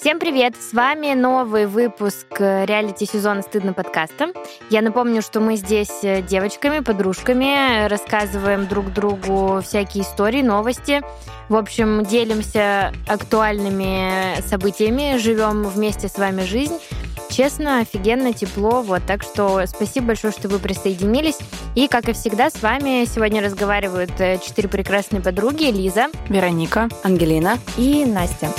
Всем привет! С вами новый выпуск реалити-сезона «Стыдно» подкаста. Я напомню, что мы здесь девочками, подружками, рассказываем друг другу всякие истории, новости. В общем, делимся актуальными событиями, живем вместе с вами жизнь. Честно, офигенно, тепло. Так что спасибо большое, что вы присоединились. И, как и всегда, с вами сегодня разговаривают 4 прекрасные подруги: Лиза, Вероника, Ангелина и Настя.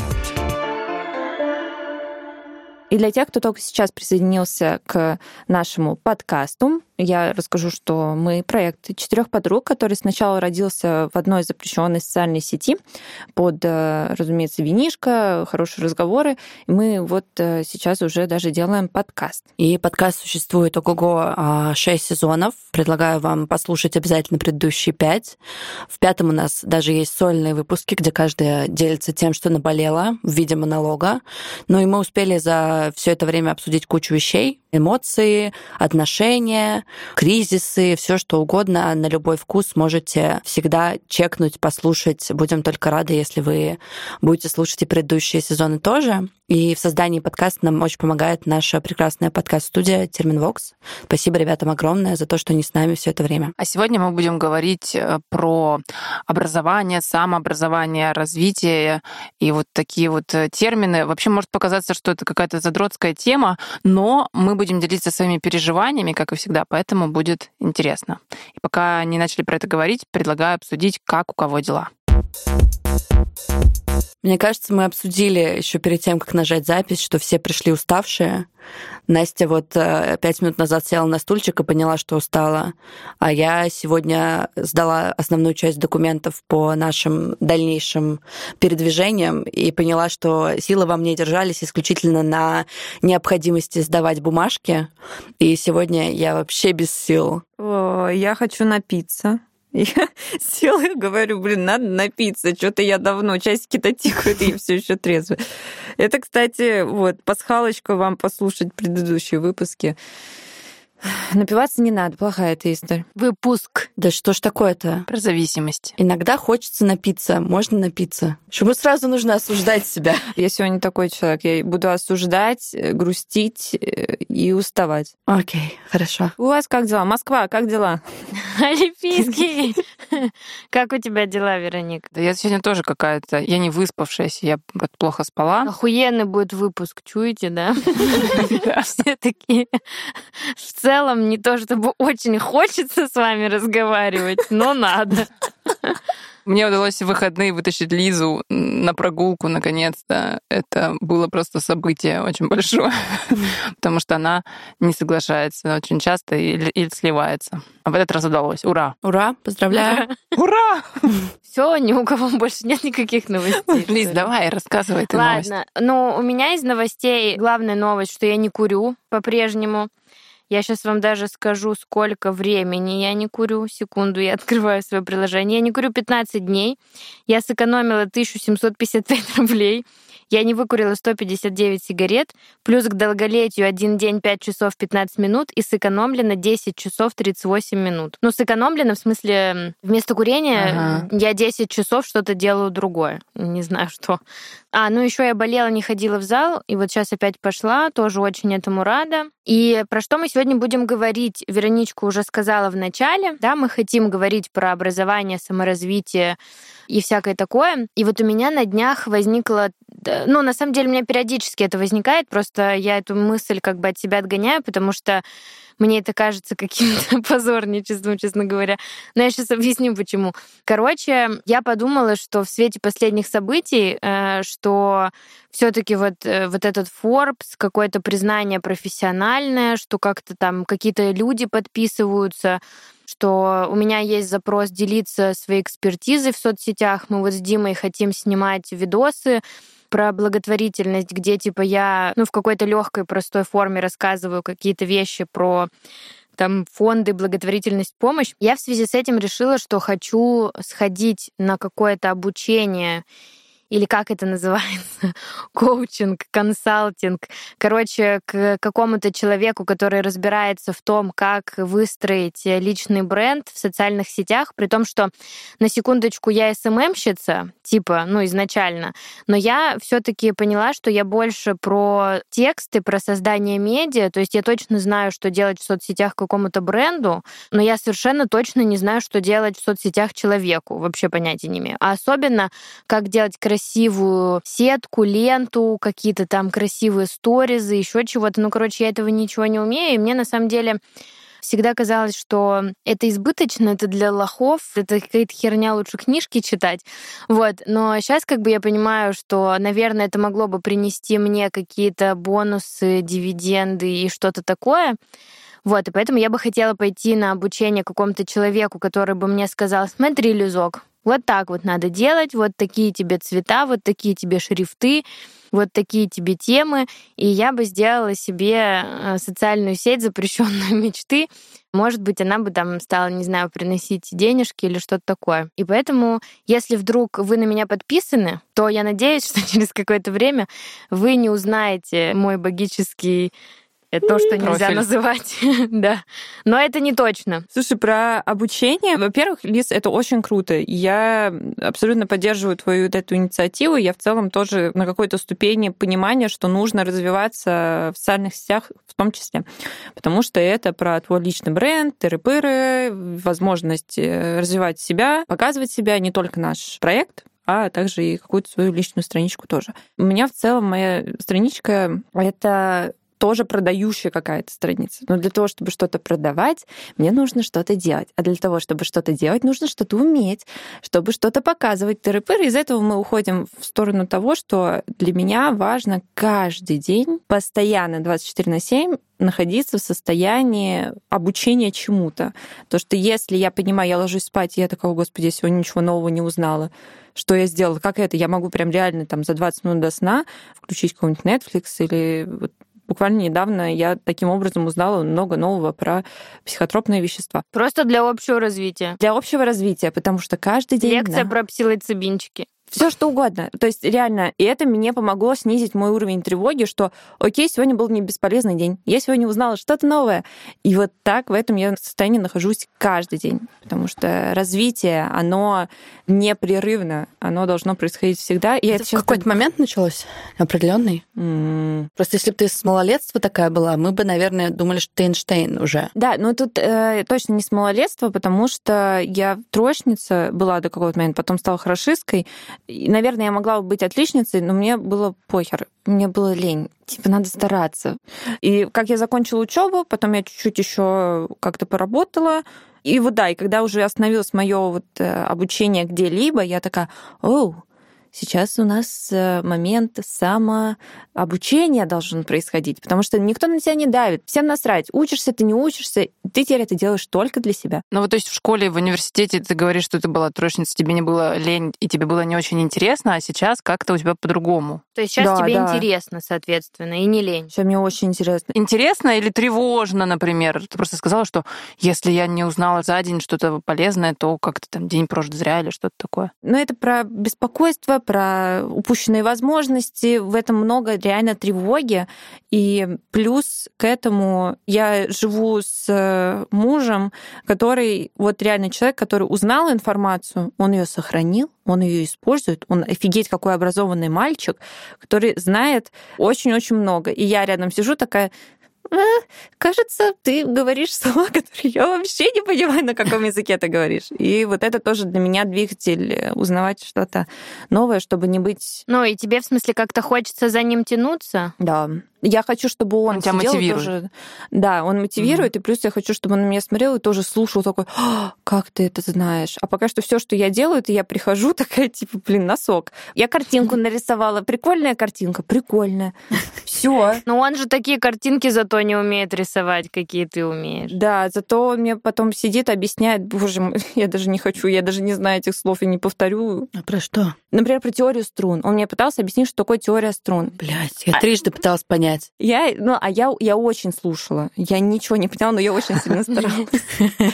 И для тех, кто только сейчас присоединился к нашему подкасту, я расскажу, что мы проект 4 подруг, который сначала родился в одной запрещенной социальной сети под, разумеется, винишко, хорошие разговоры. И мы сейчас уже даже делаем подкаст. И подкаст существует ого-го 6 сезонов. Предлагаю вам послушать обязательно предыдущие 5. В 5-м у нас даже есть сольные выпуски, где каждая делится тем, что наболело в виде монолога. Ну и мы успели за все это время обсудить кучу вещей: эмоции, отношения, кризисы, все что угодно, на любой вкус можете всегда чекнуть, послушать. Будем только рады, если вы будете слушать и предыдущие сезоны тоже. И в создании подкаста нам очень помогает наша прекрасная подкаст-студия Терминвокс. Спасибо ребятам огромное за то, что они с нами все это время. А сегодня мы будем говорить про образование, самообразование, развитие и такие термины. Вообще может показаться, что это какая-то задротская тема, но мы будем делиться своими переживаниями, как и всегда, поэтому будет интересно. И пока не начали про это говорить, предлагаю обсудить, как у кого дела. Мне кажется, мы обсудили еще перед тем, как нажать запись, что все пришли уставшие. Настя 5 минут назад села на стульчик и поняла, что устала. А я сегодня сдала основную часть документов по нашим дальнейшим передвижениям и поняла, что силы во мне держались исключительно на необходимости сдавать бумажки. И сегодня я вообще без сил. Я хочу напиться. Я села и говорю, надо напиться. Что-то я давно, часики-то тикают, и все еще трезвая. Это, кстати, пасхалочка вам послушать предыдущие выпуски. Напиваться не надо, плохая эта история. Выпуск. Да что ж такое-то? Про зависимость. Иногда хочется напиться, можно напиться. Почему сразу нужно осуждать себя? Я сегодня такой человек, я буду осуждать, грустить и уставать. Окей, хорошо. У вас как дела? Москва, как дела? Олимпийский. Как у тебя дела, Вероника? Да я сегодня тоже какая-то... Я не выспавшаяся, я плохо спала. Охуенный будет выпуск, чуете, да? Все такие... В целом, не то чтобы очень хочется с вами разговаривать, но надо. Мне удалось в выходные вытащить Лизу на прогулку, наконец-то. Это было просто событие очень большое, потому что она не соглашается очень часто или сливается. А в этот раз удалось. Ура! Ура! Поздравляю! Ура! Все, ни у кого больше нет никаких новостей. Лиз, давай, рассказывай ты новость. Ладно, у меня из новостей главная новость, что я не курю по-прежнему. Я сейчас вам даже скажу, сколько времени я не курю. Секунду, я открываю свое приложение. Я не курю 15 дней. Я сэкономила 1755 рублей. Я не выкурила 159 сигарет. Плюс к долголетию 1 день 5 часов 15 минут. И сэкономлено 10 часов 38 минут. Сэкономлено в смысле, вместо курения я 10 часов что-то делаю другое. Не знаю, что. Еще я болела, не ходила в зал. И сейчас опять пошла. Тоже очень этому рада. И про что мы сегодня будем говорить? Вероничка уже сказала в начале. Да, мы хотим говорить про образование, саморазвитие и всякое такое. И у меня на днях возникло... на самом деле у меня периодически это возникает, просто я эту мысль от себя отгоняю, потому что мне это кажется каким-то позорничеством, честно говоря. Но я сейчас объясню, почему. Короче, я подумала, что в свете последних событий, что все-таки этот Forbes, какое-то признание профессиональное, что как-то там какие-то люди подписываются, что у меня есть запрос делиться своей экспертизой в соцсетях. Мы с Димой хотим снимать видосы про благотворительность, где я в какой-то легкой, простой форме рассказываю какие-то вещи про фонды, благотворительность, помощь. Я в связи с этим решила, что хочу сходить на какое-то обучение, или как это называется, коучинг, консалтинг. Короче, к какому-то человеку, который разбирается в том, как выстроить личный бренд в социальных сетях, при том, что, на секундочку, я СММщица, типа, изначально. Но я все-таки поняла, что я больше про тексты, про создание медиа. То есть я точно знаю, что делать в соцсетях какому-то бренду, но я совершенно точно не знаю, что делать в соцсетях человеку. Вообще понятия не имею. А особенно, как делать красивую сетку, ленту, какие-то там красивые сторизы, еще чего-то. Я этого ничего не умею. И мне на самом деле всегда казалось, что это избыточно, это для лохов, это какая-то херня, лучше книжки читать. Но сейчас я понимаю, что, наверное, это могло бы принести мне какие-то бонусы, дивиденды и что-то такое. И поэтому я бы хотела пойти на обучение какому-то человеку, который бы мне сказал: смотри, Лизок, вот так вот надо делать, вот такие тебе цвета, вот такие тебе шрифты, вот такие тебе темы, и я бы сделала себе социальную сеть запрещенную мечты. Может быть, она бы там стала, не знаю, приносить денежки или что-то такое. И поэтому, если вдруг вы на меня подписаны, то я надеюсь, что через какое-то время вы не узнаете мой богический... Это то, что нельзя профиль называть. Да. Но это не точно. Слушай, про обучение. Во-первых, Лиз, это очень круто. Я абсолютно поддерживаю твою эту инициативу. Я в целом тоже на какой-то ступени понимания, что нужно развиваться в социальных сетях в том числе. Потому что это про твой личный бренд, тыры-пыры, возможность развивать себя, показывать себя, не только наш проект, а также и какую-то свою личную страничку тоже. У меня в целом моя страничка — это тоже продающая какая-то страница. Но для того, чтобы что-то продавать, мне нужно что-то делать. А для того, чтобы что-то делать, нужно что-то уметь, чтобы что-то показывать. Тыры-пыры. Из этого мы уходим в сторону того, что для меня важно каждый день, постоянно, 24/7, находиться в состоянии обучения чему-то. То, что если я понимаю, я ложусь спать, и я такая: о, Господи, я сегодня ничего нового не узнала. Что я сделала? Как это? Я могу прям реально за 20 минут до сна включить какой-нибудь Netflix или... Буквально недавно я таким образом узнала много нового про психотропные вещества. Просто для общего развития. Для общего развития, потому что каждый день... Лекция про псилоцибинчики. Все что угодно. То есть реально, и это мне помогло снизить мой уровень тревоги, что окей, сегодня был не бесполезный день. Я сегодня узнала что-то новое. И вот так в этом я состоянии нахожусь каждый день. Потому что развитие, оно непрерывно, оно должно происходить всегда. И это в какой-то момент началось? Определенный? Просто если бы ты с малолетства такая была, мы бы, наверное, думали, что ты Эйнштейн уже. Да, но тут точно не с малолетства, потому что я троечница была до какого-то момента, потом стала хорошисткой. И, наверное, я могла бы быть отличницей, но мне было похер, мне было лень. Надо стараться. И как я закончила учебу, потом я чуть-чуть еще как-то поработала. И и когда уже остановилось мое обучение где-либо, я такая: сейчас у нас момент самообучения должен происходить, потому что никто на тебя не давит, всем насрать. Учишься ты, не учишься, ты теперь это делаешь только для себя. То есть в школе, в университете ты говоришь, что ты была троечницей, тебе не было лень, и тебе было не очень интересно, а сейчас как-то у тебя по-другому. То есть сейчас тебе интересно, соответственно, и не лень. Сейчас мне очень интересно. Интересно или тревожно, например? Ты просто сказала, что если я не узнала за день что-то полезное, то как-то день прожит зря или что-то такое. Это про беспокойство, про упущенные возможности. В этом много реально тревоги. И плюс к этому я живу с мужем, который реально человек, который узнал информацию, он ее сохранил, он ее использует, он офигеть какой образованный мальчик, который знает очень-очень много. И я рядом сижу такая: кажется, ты говоришь слова, которые я вообще не понимаю, на каком языке ты говоришь. И это тоже для меня двигатель, узнавать что-то новое, чтобы не быть... И тебе, в смысле, как-то хочется за ним тянуться? Да. Я хочу, чтобы он тебя сидел мотивирует. Тоже... Да, он мотивирует, и плюс я хочу, чтобы он на меня смотрел и тоже слушал такой: как ты это знаешь? А пока что все, что я делаю, это я прихожу такая, носок. Я картинку нарисовала. Прикольная картинка? Прикольная. Все. Но он же такие картинки зато не умеет рисовать, какие ты умеешь. Да, зато он мне потом сидит, объясняет: боже мой, я даже не хочу, я даже не знаю этих слов и не повторю. А про что? Например, про теорию струн. Он мне пытался объяснить, что такое теория струн. Блядь, я трижды пыталась понять. Я очень слушала. Я ничего не поняла, но я очень сильно старалась.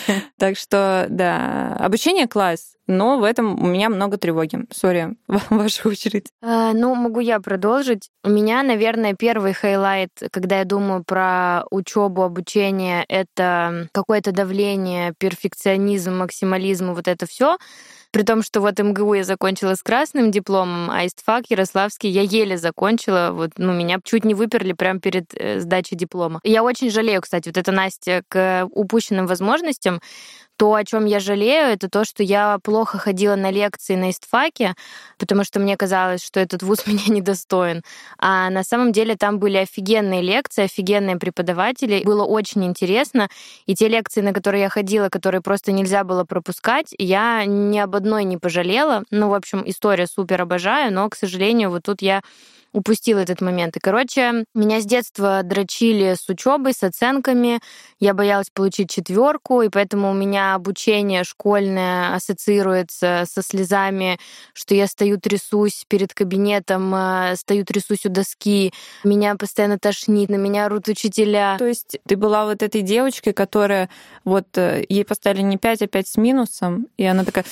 Так что, да, обучение класс, но в этом у меня много тревоги. Сори, ваша очередь. Ну, могу я продолжить. У меня, наверное, первый хайлайт, когда я думаю про учебу, обучение, это какое-то давление, перфекционизм, максимализм, вот это все. При том, что вот МГУ я закончила с красным дипломом, а ИСТФАК Ярославский я еле закончила. Вот, меня чуть не выперли прямо перед сдачей диплома. И я очень жалею, кстати, вот это, Настя, к упущенным возможностям. То, о чем я жалею, это то, что я плохо ходила на лекции на ИСТФАКе, потому что мне казалось, что этот вуз меня недостоин. А на самом деле там были офигенные лекции, офигенные преподаватели. Было очень интересно. И те лекции, на которые я ходила, которые просто нельзя было пропускать, я ни об одной не пожалела. Ну, в общем, история супер обожаю, но, к сожалению, вот тут я упустила этот момент. И, короче, меня с детства дрочили с учебой, с оценками. Я боялась получить 4, и поэтому у меня обучение школьное ассоциируется со слезами, что я стою, трясусь перед кабинетом, стою, трясусь у доски, меня постоянно тошнит, на меня орут учителя. То есть ты была вот этой девочкой, которая вот ей поставили не 5, а 5 с минусом, и она такая...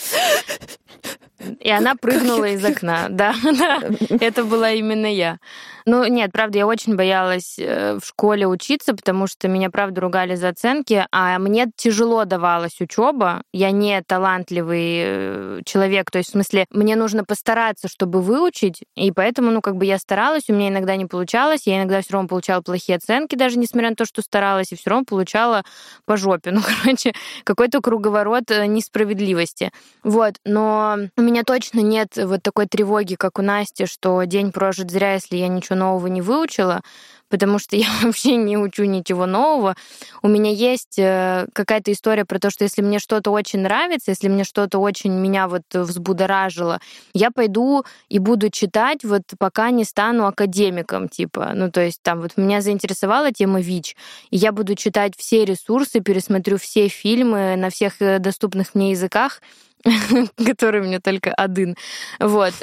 И она прыгнула из окна. Да, это была именно я. Ну, нет, правда, я очень боялась в школе учиться, потому что меня, правда, ругали за оценки, а мне тяжело давалась учеба. Я не талантливый человек, то есть, в смысле, мне нужно постараться, чтобы выучить, и поэтому, я старалась, у меня иногда не получалось, я иногда все равно получала плохие оценки, даже несмотря на то, что старалась, и все равно получала по жопе. Какой-то круговорот несправедливости. Вот, но у меня точно нет вот такой тревоги, как у Насти, что день прожит зря, если я ничего нового не выучила, потому что я вообще не учу ничего нового. У меня есть какая-то история про то, что если мне что-то очень нравится, если мне что-то очень меня вот взбудоражило, я пойду и буду читать вот пока не стану академиком, типа. То есть там вот меня заинтересовала тема ВИЧ, и я буду читать все ресурсы, пересмотрю все фильмы на всех доступных мне языках, который у меня только один. Вот.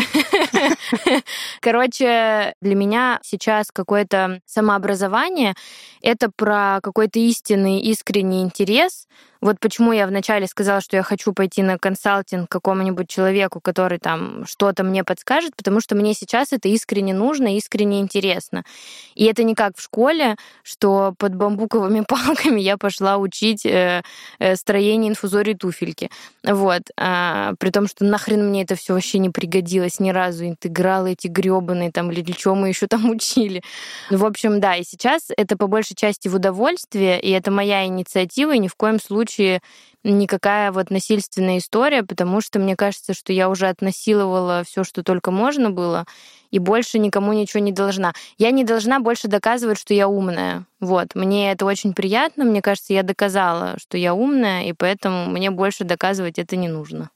Короче, для меня сейчас какое-то самообразование — это про какой-то истинный, искренний интерес. Вот почему я вначале сказала, что я хочу пойти на консалтинг к какому-нибудь человеку, который там что-то мне подскажет, потому что мне сейчас это искренне нужно, искренне интересно. И это не как в школе, что под бамбуковыми палками я пошла учить строение инфузории туфельки. Вот. При том, что нахрен мне это все вообще не пригодилось ни разу. Интегралы эти грёбаные там, или для чего мы еще там учили. В общем, да, и сейчас это по большей части в удовольствие, и это моя инициатива, и ни в коем случае никакая вот насильственная история, потому что мне кажется, что я уже отнасиловала все, что только можно было, и больше никому ничего не должна. Я не должна больше доказывать, что я умная. Вот. Мне это очень приятно. Мне кажется, я доказала, что я умная, и поэтому мне больше доказывать это не нужно.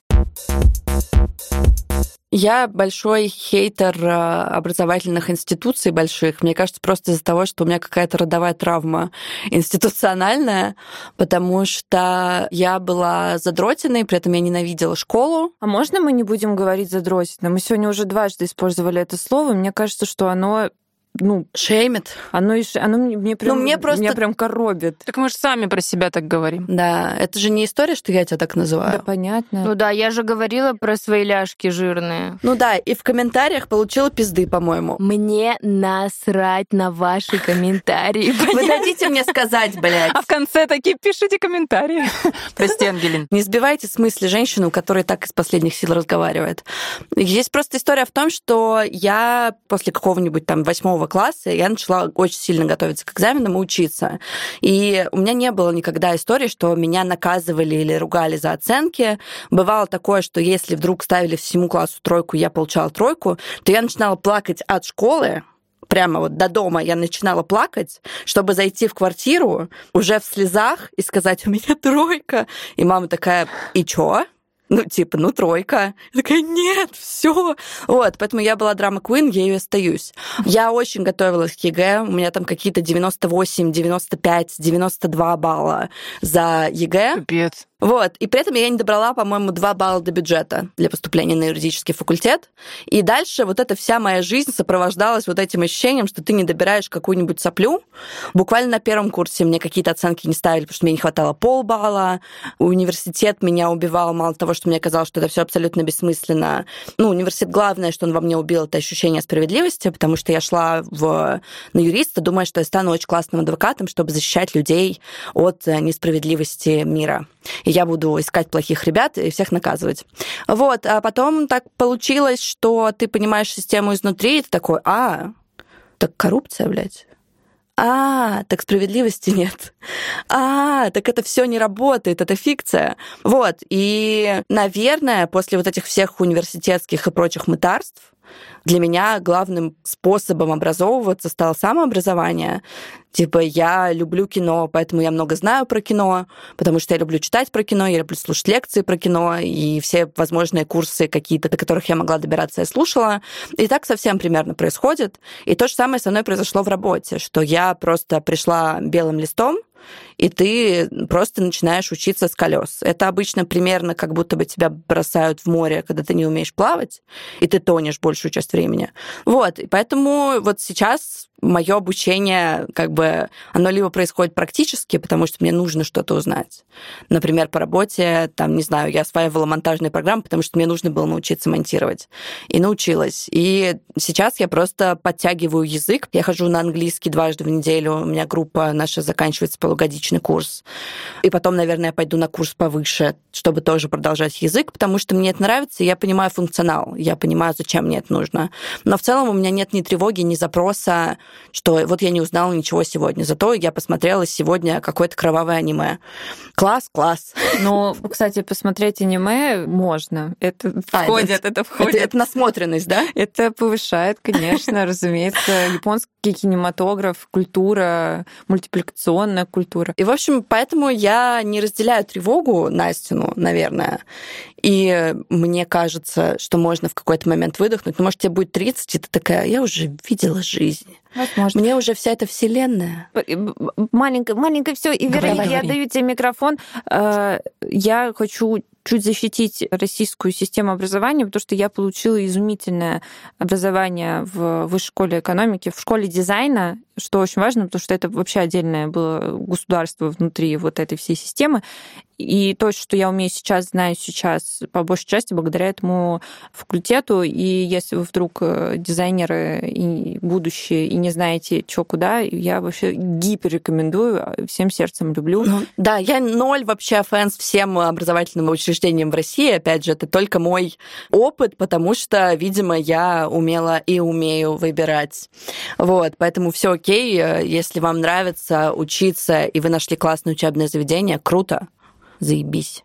Я большой хейтер образовательных институций больших. Мне кажется, просто из-за того, что у меня какая-то родовая травма институциональная, потому что я была задротиной, при этом я ненавидела школу. А можно мы не будем говорить задротиной? Мы сегодня уже дважды использовали это слово. Мне кажется, что оно... шеймит. Оно мне прям, меня прям коробит. Так мы же сами про себя так говорим. Да, это же не история, что я тебя так называю. Да, понятно. Да, я же говорила про свои ляжки жирные. И в комментариях получила пизды, по-моему. Мне насрать на ваши комментарии. Вы дадите мне сказать, блядь. А в конце такие пишите комментарии. Прости, Ангелин. Не сбивайте с мысли женщину, которая так из последних сил разговаривает. Есть просто история в том, что я после какого-нибудь там 8 класса я начала очень сильно готовиться к экзаменам и учиться. И у меня не было никогда истории, что меня наказывали или ругали за оценки. Бывало такое, что если вдруг ставили всему классу 3, я получала 3, то я начинала плакать от школы, прямо вот до дома я начинала плакать, чтобы зайти в квартиру уже в слезах и сказать: у меня 3. И мама такая: и чё? 3. Я такая: нет, все. Вот, поэтому я была драма-квин, я ее остаюсь. Я очень готовилась к ЕГЭ, у меня там какие-то 98, 95, 92 балла за ЕГЭ. Капец. Вот. И при этом я не добрала, по-моему, 2 балла до бюджета для поступления на юридический факультет. И дальше вот эта вся моя жизнь сопровождалась вот этим ощущением, что ты не добираешь какую-нибудь соплю. Буквально на первом курсе мне какие-то оценки не ставили, потому что мне не хватало полбалла. Университет меня убивал, мало того, что мне казалось, что это все абсолютно бессмысленно. Университет, главное, что он во мне убил, это ощущение справедливости, потому что я шла на юриста, думая, что я стану очень классным адвокатом, чтобы защищать людей от несправедливости мира. И я буду искать плохих ребят и всех наказывать. Вот. А потом так получилось, что ты понимаешь систему изнутри, и ты такой, так коррупция, блядь. Так справедливости нет. Так это все не работает, это фикция. Вот. И, наверное, после вот этих всех университетских и прочих мытарств для меня главным способом образовываться стало самообразование. Типа, я люблю кино, поэтому я много знаю про кино, потому что я люблю читать про кино, я люблю слушать лекции про кино, и все возможные курсы какие-то, до которых я могла добираться, я слушала. И так совсем примерно происходит. И то же самое со мной произошло в работе, что я просто пришла белым листом, и ты просто начинаешь учиться с колес. Это обычно примерно как будто бы тебя бросают в море, когда ты не умеешь плавать, и ты тонешь большую часть времени. Вот, и поэтому вот сейчас мое обучение, оно либо происходит практически, потому что мне нужно что-то узнать. Например, по работе, я осваивала монтажные программы, потому что мне нужно было научиться монтировать. И научилась. И сейчас я просто подтягиваю язык. Я хожу на английский 2 раза в неделю. У меня группа наша заканчивается полугодичный курс. И потом, наверное, я пойду на курс повыше, чтобы тоже продолжать язык, потому что мне это нравится, и я понимаю функционал. Я понимаю, зачем мне это нужно. Но в целом у меня нет ни тревоги, ни запроса, что вот я не узнала ничего сегодня. Зато я посмотрела сегодня какое-то кровавое аниме. Класс. Ну, кстати, посмотреть аниме можно. Это входит. Это насмотренность, да? Это повышает, конечно, разумеется, японский кинематограф, культура, мультипликационная культура. И, в общем, поэтому я не разделяю тревогу Настину, наверное. И мне кажется, что можно в какой-то момент выдохнуть. Но, может, тебе будет 30, и ты такая, я уже видела жизнь. Возможно. Мне уже вся эта вселенная. Маленько все. И, Вероника, я даю тебе микрофон. Я хочу чуть защитить российскую систему образования, потому что я получила изумительное образование в высшей школе экономики, в школе дизайна, что очень важно, потому что это вообще отдельное было государство внутри вот этой всей системы. И то, что я умею сейчас, знаю сейчас, по большей части, благодаря этому факультету. И если вы вдруг дизайнеры и будущее, и не знаете, что куда, я вообще гипер рекомендую, всем сердцем люблю. Да, я 0 вообще фэнс всем образовательным учреждениям в России. Опять же, это только мой опыт, потому что, видимо, я умела и умею выбирать. Вот, поэтому все окей. Если вам нравится учиться, и вы нашли классное учебное заведение, круто. Заебись.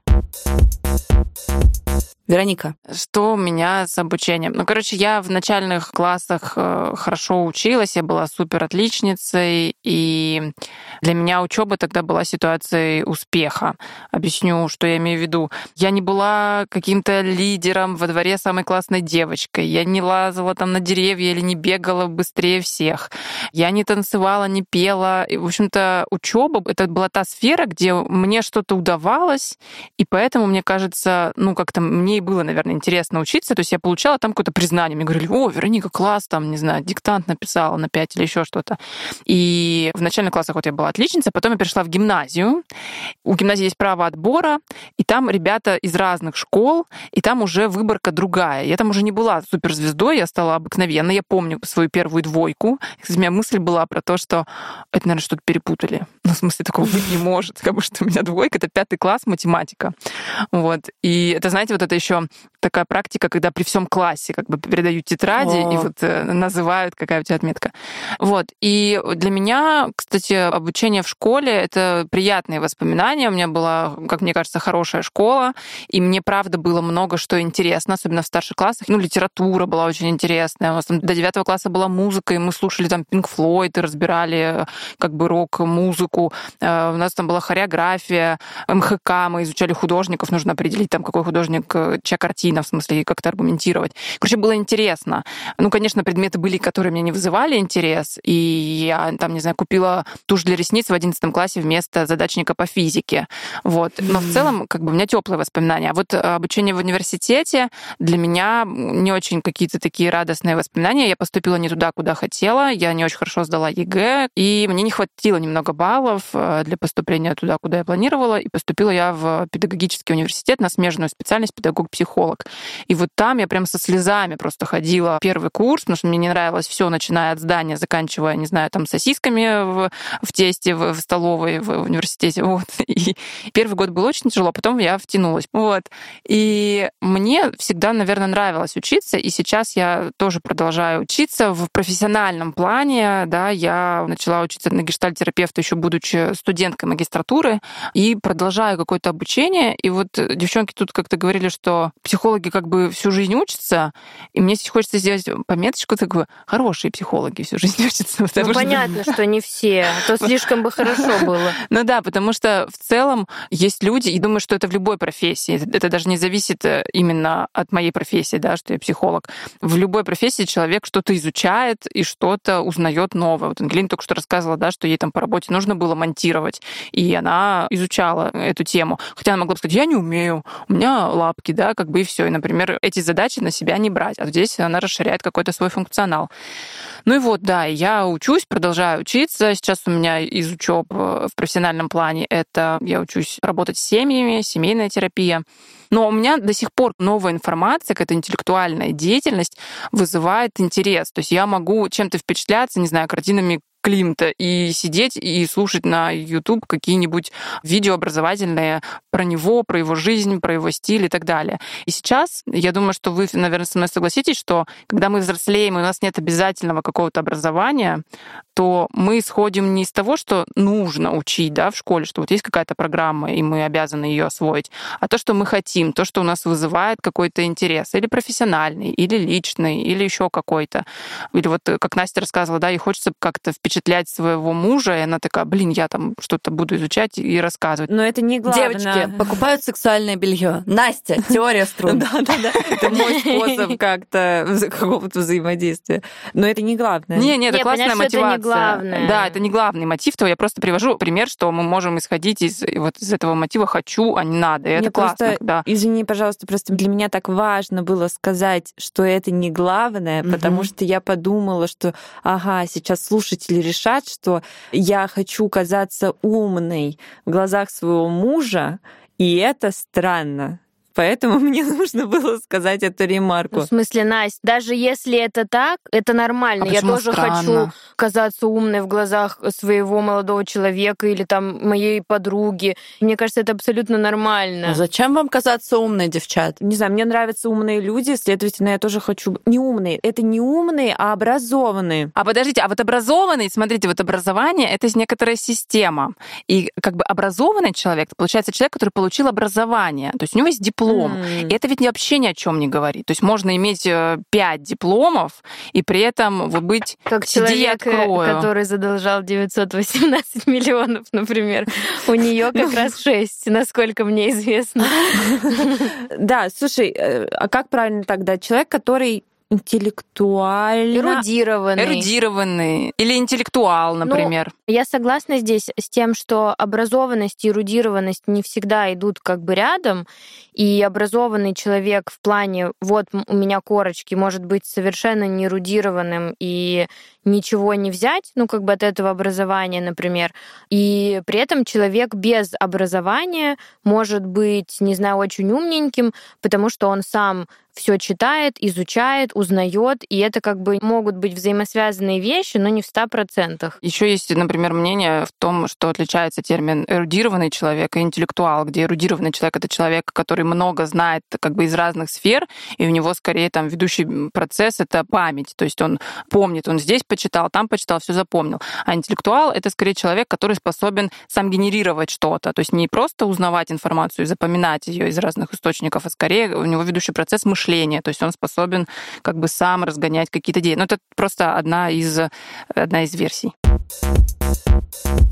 Вероника. Что у меня с обучением? Я в начальных классах хорошо училась, я была супер отличницей, и для меня учеба тогда была ситуацией успеха. Объясню, что я имею в виду. Я не была каким-то лидером во дворе самой классной девочкой, я не лазала там на деревья или не бегала быстрее всех, я не танцевала, не пела. И, в общем-то, учеба это была та сфера, где мне что-то удавалось, и поэтому, мне кажется, как-то мне и было, наверное, интересно учиться. То есть я получала там какое-то признание. Мне говорили, Вероника, класс, диктант написала на 5 или еще что-то. И в начальных классах я была отличницей, потом я перешла в гимназию. У гимназии есть право отбора, и там ребята из разных школ, и там уже выборка другая. Я там уже не была суперзвездой, я стала обыкновенной. Я помню свою первую 2. Кстати, у меня мысль была про то, что это, наверное, что-то перепутали. В смысле, такого быть не может. Потому что у меня 2, это 5 класс, математика. Вот. И это, знаете, вот это еще такая практика, когда при всем классе передают тетради и называют, какая у тебя отметка. Вот. И для меня, кстати, обучение в школе — это приятные воспоминания. У меня была, как мне кажется, хорошая школа, и мне, правда, было много что интересно, особенно в старших классах. Литература была очень интересная. У нас там до 9 класса была музыка, и мы слушали там Pink Floyd и разбирали рок-музыку. У нас там была хореография, МХК, мы изучали художников, художников нужно определить, там, какой художник, чья картина, в смысле, и как-то аргументировать. Короче, было интересно. Ну, конечно, предметы были, которые мне не вызывали интерес, и я, там, не знаю, купила тушь для ресниц в 11 классе вместо задачника по физике. Вот. Но в целом, как бы, у меня теплые воспоминания. А вот обучение в университете для меня не очень какие-то такие радостные воспоминания. Я поступила не туда, куда хотела, я не очень хорошо сдала ЕГЭ, и мне не хватило немного баллов для поступления туда, куда я планировала, и поступила я в педагогический университет на смежную специальность педагог-психолог. И вот там я прям со слезами просто ходила первый курс, потому что мне не нравилось все, начиная от здания, заканчивая, не знаю, там, сосисками в тесте, в столовой, в университете. Вот. И первый год был очень тяжело, потом я втянулась. Вот. И мне всегда, наверное, нравилось учиться, и сейчас я тоже продолжаю учиться в профессиональном плане. Да, я начала учиться на гештальт-терапевта, еще будучи студенткой магистратуры, и продолжаю какое-то обучение. И вот девчонки тут как-то говорили, что психологи как бы всю жизнь учатся, и мне хочется сделать пометочку такую: хорошие психологи всю жизнь учатся. Ну, понятно, что не все, а то слишком бы хорошо было. Ну да, потому что в целом есть люди, и думаю, что это в любой профессии. Это даже не зависит именно от моей профессии, да, что я психолог. В любой профессии человек что-то изучает и что-то узнает новое. Вот Ангелина только что рассказывала, да, что ей там по работе нужно было монтировать, и она изучала эту тему. Хотя она могла бы сказать: я не умею, у меня лапки, да, как бы и все. И, например, эти задачи на себя не брать. А здесь она расширяет какой-то свой функционал. Ну и вот, да, я учусь, продолжаю учиться. Сейчас у меня из учеб в профессиональном плане это я учусь работать с семьями, семейная терапия. Но у меня до сих пор новая информация, какая-то интеллектуальная деятельность вызывает интерес. То есть я могу чем-то впечатляться, не знаю, картинами Климта и сидеть и слушать на YouTube какие-нибудь видео образовательные про него, про его жизнь, про его стиль и так далее. И сейчас, я думаю, что вы, наверное, со мной согласитесь, что когда мы взрослеем, и у нас нет обязательного какого-то образования, то мы исходим не из того, что нужно учить, да, в школе, что вот есть какая-то программа, и мы обязаны ее освоить, а то, что мы хотим, то, что у нас вызывает какой-то интерес, или профессиональный, или личный, или еще какой-то. Или вот, как Настя рассказывала, да, ей хочется как-то впечатлять своего мужа, и она такая: блин, я там что-то буду изучать и рассказывать. Но это не главное. Девочки, покупают сексуальное белье. Настя, теория струн. Да-да-да. Это мой способ как-то какого-то взаимодействия. Но это не главное. Не, это классная мотивация. Главное. Да, это не главный мотив, то я просто привожу пример, что мы можем исходить из этого мотива «хочу», а не «надо». И это классно. Да. Извини, пожалуйста, просто для меня так важно было сказать, что это не главное, потому что я подумала, что, сейчас слушатели решат, что я хочу казаться умной в глазах своего мужа, и это странно. Поэтому мне нужно было сказать эту ремарку. Ну, в смысле, Настя, даже если это так, это нормально. Я тоже хочу казаться умной в глазах своего молодого человека или там моей подруги. Мне кажется, это абсолютно нормально. А зачем вам казаться умной, девчат? Не знаю, мне нравятся умные люди, следовательно, я тоже хочу... Не умные. Это не умные, а образованные. А подождите, а вот образованный, смотрите, вот образование — это некоторая система. И как бы образованный человек, получается человек, который получил образование. То есть у него есть диплом. И это ведь вообще ни о чем не говорит. То есть можно иметь 5 дипломов и при этом быть как «сиди, я человек, открою». Который задолжал 918 миллионов, например. У нее как раз 6, насколько мне известно. Да, слушай, а как правильно тогда? Человек, который интеллектуально... Эрудированный. Или интеллектуал, например. Я согласна здесь с тем, что образованность и эрудированность не всегда идут как бы рядом, и образованный человек в плане «вот у меня корочки» может быть совершенно не эрудированным и ничего не взять, как бы от этого образования, например. И при этом человек без образования может быть, не знаю, очень умненьким, потому что он сам все читает, изучает, узнает, и это как бы могут быть взаимосвязанные вещи, но не в 100%. Еще есть, например, мнение в том, что отличается термин эрудированный человек и интеллектуал, где эрудированный человек — это человек, который много знает как бы из разных сфер, и у него скорее там ведущий процесс — это память, то есть он помнит, он здесь почитал, там почитал, все запомнил. А интеллектуал — это скорее человек, который способен сам генерировать что-то, то есть не просто узнавать информацию и запоминать ее из разных источников, а скорее у него ведущий процесс мышления, то есть он способен как бы сам разгонять какие-то идеи. Но это просто одна из версий.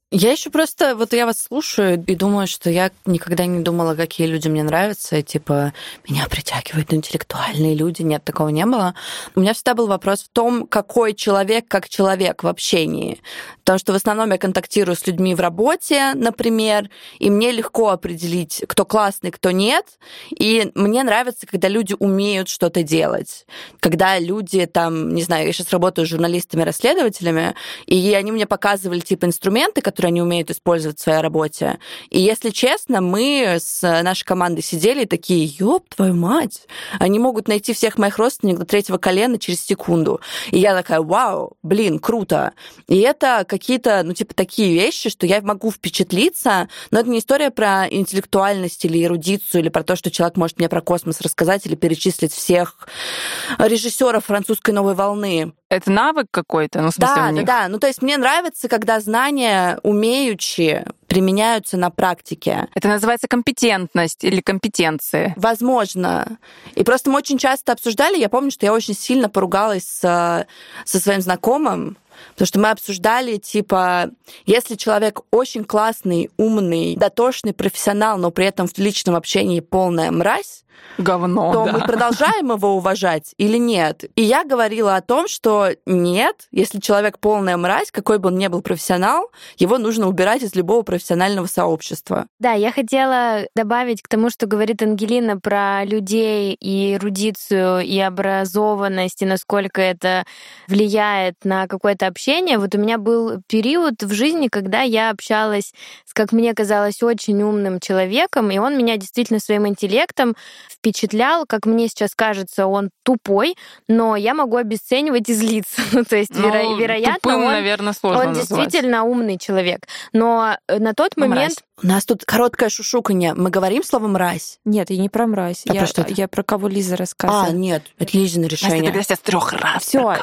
Я еще просто, вот я вас слушаю и думаю, что я никогда не думала, какие люди мне нравятся, типа, меня притягивают интеллектуальные люди, нет, такого не было. У меня всегда был вопрос в том, какой человек как человек в общении. Потому что в основном я контактирую с людьми в работе, например, и мне легко определить, кто классный, кто нет. И мне нравится, когда люди умеют что-то делать. Когда люди там, не знаю, я сейчас работаю с журналистами-расследователями, и они мне показывали типа инструменты, которые они умеют использовать в своей работе. И если честно, мы с нашей командой сидели и такие, ёб твою мать, они могут найти всех моих родственников до третьего колена через секунду. И я такая, вау, блин, круто. И это какие-то, ну, типа, такие вещи, что я могу впечатлиться, но это не история про интеллектуальность или эрудицию, или про то, что человек может мне про космос рассказать или перечислить всех режиссеров французской новой волны. Это навык какой-то, ну, в смысле, Да. Ну, то есть мне нравится, когда знания умеющие применяются на практике. Это называется компетентность или компетенции. Возможно. И просто мы очень часто обсуждали, я помню, что я очень сильно поругалась со своим знакомым, потому что мы обсуждали, типа, если человек очень классный, умный, дотошный профессионал, но при этом в личном общении полная мразь, говно, то да. мы продолжаем его уважать или нет? И я говорила о том, что нет, если человек полная мразь, какой бы он ни был профессионал, его нужно убирать из любого профессионального сообщества. Да, я хотела добавить к тому, что говорит Ангелина про людей и эрудицию, и образованность, и насколько это влияет на какое-то общение. Вот у меня был период в жизни, когда я общалась с, как мне казалось, очень умным человеком, и он меня действительно своим интеллектом впечатлял. Как мне сейчас кажется, он тупой, но я могу обесценивать и злиться. Ну, то есть, вероятно, тупым, наверное, сложно он назвать. действительно умный человек. Но на тот момент... У нас тут короткое шушуканье. Мы говорим слово «мразь»? Нет, я не про мразь. Про что это? Я про кого Лиза рассказывала. Нет, это Лизина решение. Настя, тогда сейчас 3 раз.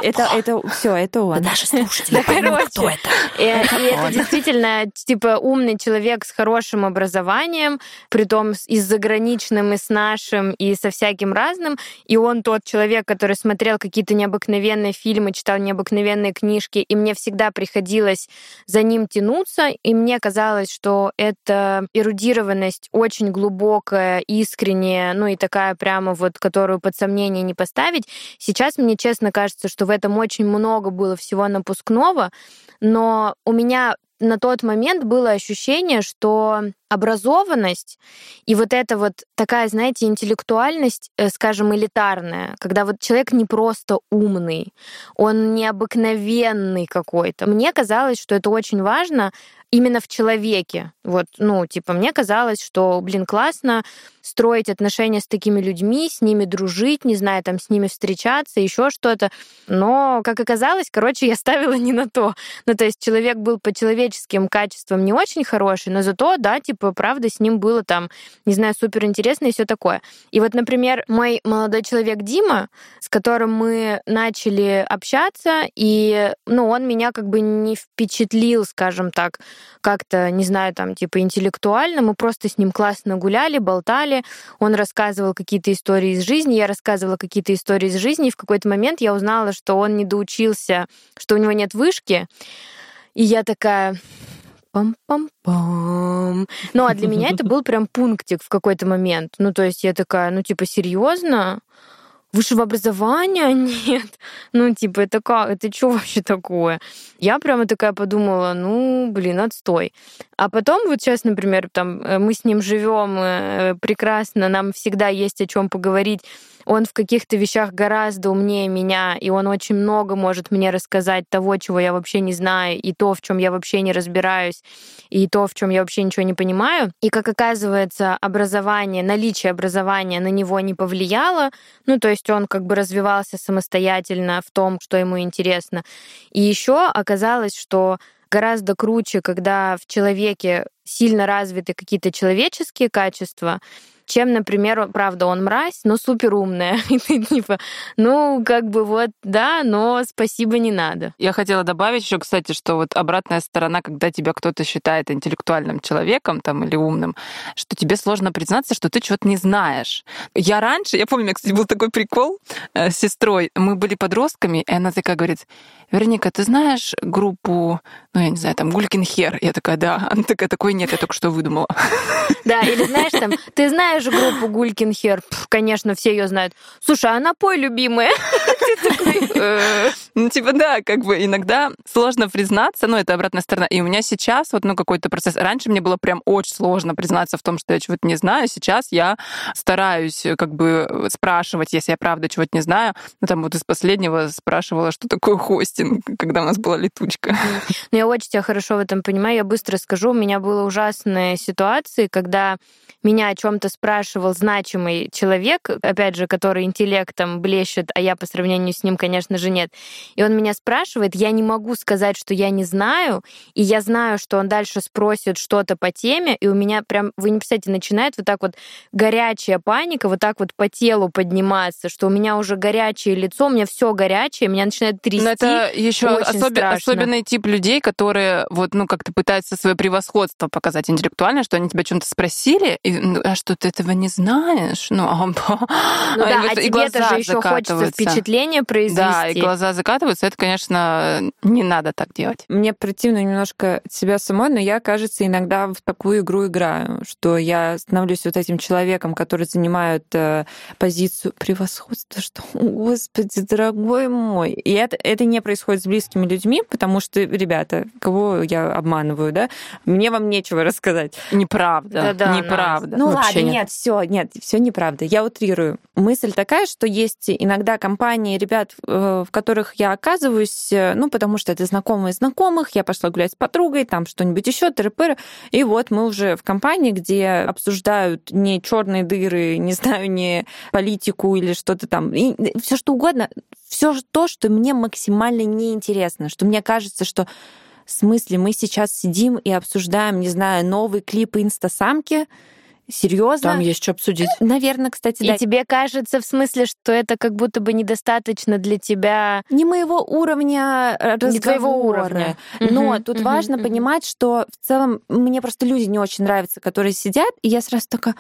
Все, это он. Наши слушатели поймут, кто это. И это действительно, типа, умный человек с хорошим образованием, притом и с заграничным, и с нашим, и со всяким разным. И он тот человек, который смотрел какие-то необыкновенные фильмы, читал необыкновенные книжки, и мне всегда приходилось за ним тянуться, и мне казалось, что это эрудированность очень глубокая, искренняя, ну и такая прямо вот, которую под сомнение не поставить. Сейчас мне честно кажется, что в этом очень много было всего напускного, но у меня на тот момент было ощущение, что образованность и вот эта вот такая, знаете, интеллектуальность, скажем, элитарная, когда вот человек не просто умный, он необыкновенный какой-то. Мне казалось, что это очень важно именно в человеке. Вот, ну, типа, мне казалось, что, блин, классно строить отношения с такими людьми, с ними дружить, не знаю, там, с ними встречаться, еще что-то. Но, как оказалось, короче, я ставила не на то. Ну, то есть человек был по человеческим качествам не очень хороший, но зато, да, типа, правда, с ним было там, не знаю, суперинтересно и все такое. И вот, например, мой молодой человек Дима, с которым мы начали общаться, и, ну, он меня как бы не впечатлил, скажем так, как-то, не знаю, там, типа, интеллектуально. Мы просто с ним классно гуляли, болтали. Он рассказывал какие-то истории из жизни, я рассказывала какие-то истории из жизни. И в какой-то момент я узнала, что он не доучился, что у него нет вышки. И я такая... Пам-пам-пам. Ну, а для меня это был прям пунктик в какой-то момент. Ну, то есть я такая, ну, типа, серьезно? Высшего образования нет. Ну, типа, это как? Это что вообще такое? Я прямо такая подумала, ну, блин, отстой. А потом вот сейчас, например, там мы с ним живем прекрасно, нам всегда есть о чем поговорить. Он в каких-то вещах гораздо умнее меня, и он очень много может мне рассказать того, чего я вообще не знаю, и то, в чем я вообще не разбираюсь, и то, в чем я вообще ничего не понимаю. И, как оказывается, образование, наличие образования на него не повлияло. Ну, то есть он как бы развивался самостоятельно в том, что ему интересно. И еще оказалось, что гораздо круче, когда в человеке сильно развиты какие-то человеческие качества, чем, например, правда, он мразь, но супер умная. И ты типа, ну, как бы вот, да, но спасибо не надо. Я хотела добавить еще, кстати, что вот обратная сторона, когда тебя кто-то считает интеллектуальным человеком там, или умным, что тебе сложно признаться, что ты чего-то не знаешь. Я помню, у меня, кстати, был такой прикол с сестрой. Мы были подростками, и она такая говорит: Вероника, ты знаешь группу, ну, я не знаю, там, Гулькин Хер? Я такая, да. Она такая, такой нет, я только что выдумала. Да, или знаешь, там, ты знаешь группу Гулькин Хер? Конечно, все ее знают. Слушай, а напой, любимая. Ну, типа, да, как бы иногда сложно признаться, но это обратная сторона. И у меня сейчас вот, ну, какой-то процесс. Раньше мне было прям очень сложно признаться в том, что я чего-то не знаю. Сейчас я стараюсь как бы спрашивать, если я правда чего-то не знаю. Ну, там вот из последнего спрашивала, что такое хостинг, когда у нас была летучка. Ну, я очень тебя хорошо в этом понимаю. Я быстро скажу, у меня были ужасные ситуации, когда меня о чем-то спрашивал значимый человек, опять же, который интеллектом блещет, а я по сравнению с ним, конечно же, нет. И он меня спрашивает, я не могу сказать, что я не знаю, и я знаю, что он дальше спросит что-то по теме, и у меня прям, вы не представляете, начинает вот так вот горячая паника, вот так вот по телу подниматься, что у меня уже горячее лицо, у меня все горячее, меня начинает трясти. Но это еще особенный тип людей, которые вот, ну, как-то пытаются свое превосходство показать интеллектуально, что они тебя о чем-то спросили, и, а что ты этого не знаешь? Ну, да, а тебе-то же еще хочется впечатление произвести. Да, и глаза закатываются. Это, конечно, не надо так делать. Мне противно немножко себя самой, но я, кажется, иногда в такую игру играю, что я становлюсь вот этим человеком, который занимает позицию превосходства, что, господи, дорогой мой. И это не происходит с близкими людьми, потому что, ребята, кого я обманываю, да? Мне вам нечего рассказать. Неправда. Да, неправда. Ну ладно, нет, все неправда. Я утрирую. Мысль такая, что есть иногда компании ребят, в которых я оказываюсь, ну, потому что это знакомые знакомых, я пошла гулять с подругой, там что-нибудь еще, тыры-пыры, и вот мы уже в компании, где обсуждают не черные дыры, не знаю, не политику или что-то там, все что угодно, все то, что мне максимально неинтересно, что мне кажется, что в смысле мы сейчас сидим и обсуждаем, не знаю, новый клип инстасамки. Серьезно? Там есть что обсудить. Наверное, кстати, да. И тебе кажется, в смысле, что это как будто бы недостаточно для тебя... Не моего уровня разговора. Не твоего уровня. Но тут важно понимать, что в целом мне просто люди не очень нравятся, которые сидят, и я сразу такая...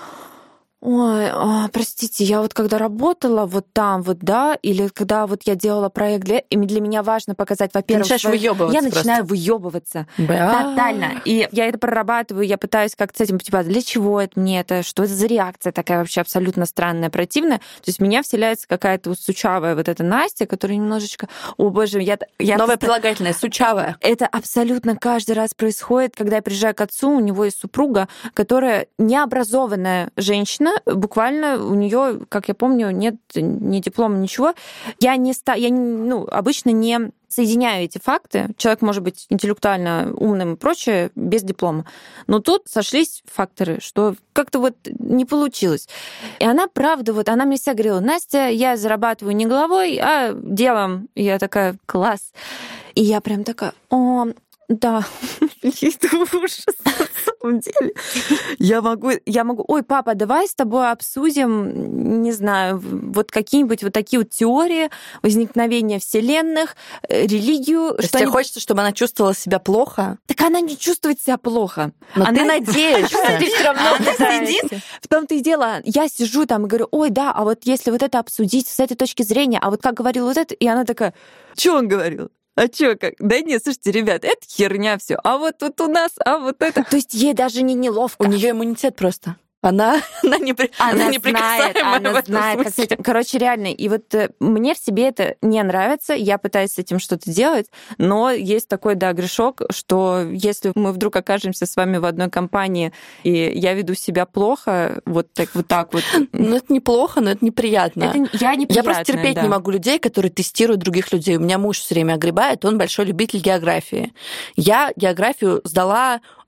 Ой, простите, я вот когда работала вот там вот, да, или когда вот я делала проект и для меня важно показать, во-первых, я начинаю выебываться тотально. И я это прорабатываю, я пытаюсь как-то с этим, типа, для чего это мне это, что это за реакция такая вообще абсолютно странная, противная. То есть в меня вселяется какая-то вот сучавая вот эта Настя, которая немножечко, о боже, я новое прилагательное, сучавая. Это абсолютно каждый раз происходит, когда я приезжаю к отцу, у него есть супруга, которая необразованная женщина, буквально у нее, как я помню, нет ни диплома, ничего. Я обычно не соединяю эти факты. Человек может быть интеллектуально умным и прочее без диплома. Но тут сошлись факторы, что как-то вот не получилось. И она, правда, вот она мне всегда говорила: Настя, я зарабатываю не головой, а делом. И я такая: класс. И я прям такая: да, это ужас, на самом деле. Я могу, ой, папа, давай с тобой обсудим, не знаю, вот какие-нибудь вот такие вот теории возникновения вселенных, религию. То есть тебе хочется, чтобы она чувствовала себя плохо? Так она не чувствует себя плохо. Но ты надеешься. Ты все равно сидит. В том-то и дело, я сижу там и говорю: ой, да, а вот если вот это обсудить с этой точки зрения, а вот как говорил вот это, и она такая: что он говорил? А чё, как? Да нет, слушайте, ребят, это херня все. А вот тут у нас, а вот это. То есть ей даже не неловко. У нее иммунитет просто. Она неприкасаемая. Она знает, как с этим. Короче, реально. И вот мне в себе это не нравится. Я пытаюсь с этим что-то делать, но есть такой, да, грешок, что если мы вдруг окажемся с вами в одной компании, и я веду себя плохо, вот так вот. Ну, это неплохо, но это неприятно. Я просто терпеть не могу людей, которые тестируют других людей. У меня муж все время огребает, он большой любитель географии. Я географию сдала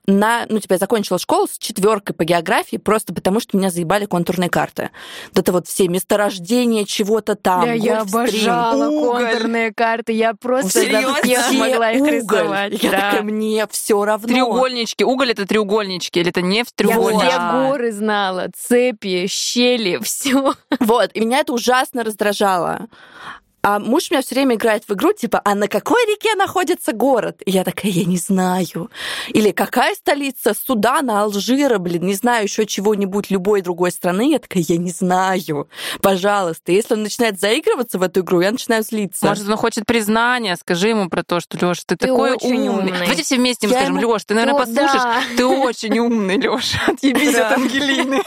я закончила школу с 4 по географии просто потому, что меня заебали контурные карты. Вот это вот все месторождения чего-то там. Да, я обожала контурные карты. Я просто могла их рисовать. Я такая, мне все равно. Треугольнички. Уголь — это треугольнички, или это не в треугольничке? Я все горы знала, цепи, щели, все. Вот, и меня это ужасно раздражало. А муж меня все время играет в игру, типа, а на какой реке находится город? И я такая, я не знаю. Или какая столица Судана, Алжира, не знаю, еще чего-нибудь любой другой страны? Я такая, я не знаю. Пожалуйста. Если он начинает заигрываться в эту игру, я начинаю злиться. Может, он хочет признания? Скажи ему про то, что, Лёш, ты такой умный. Давайте все вместе ему скажем, Лёш, ты, наверное, послушаешь. Да. Ты очень умный, Лёш. Отъебись от Ангелины.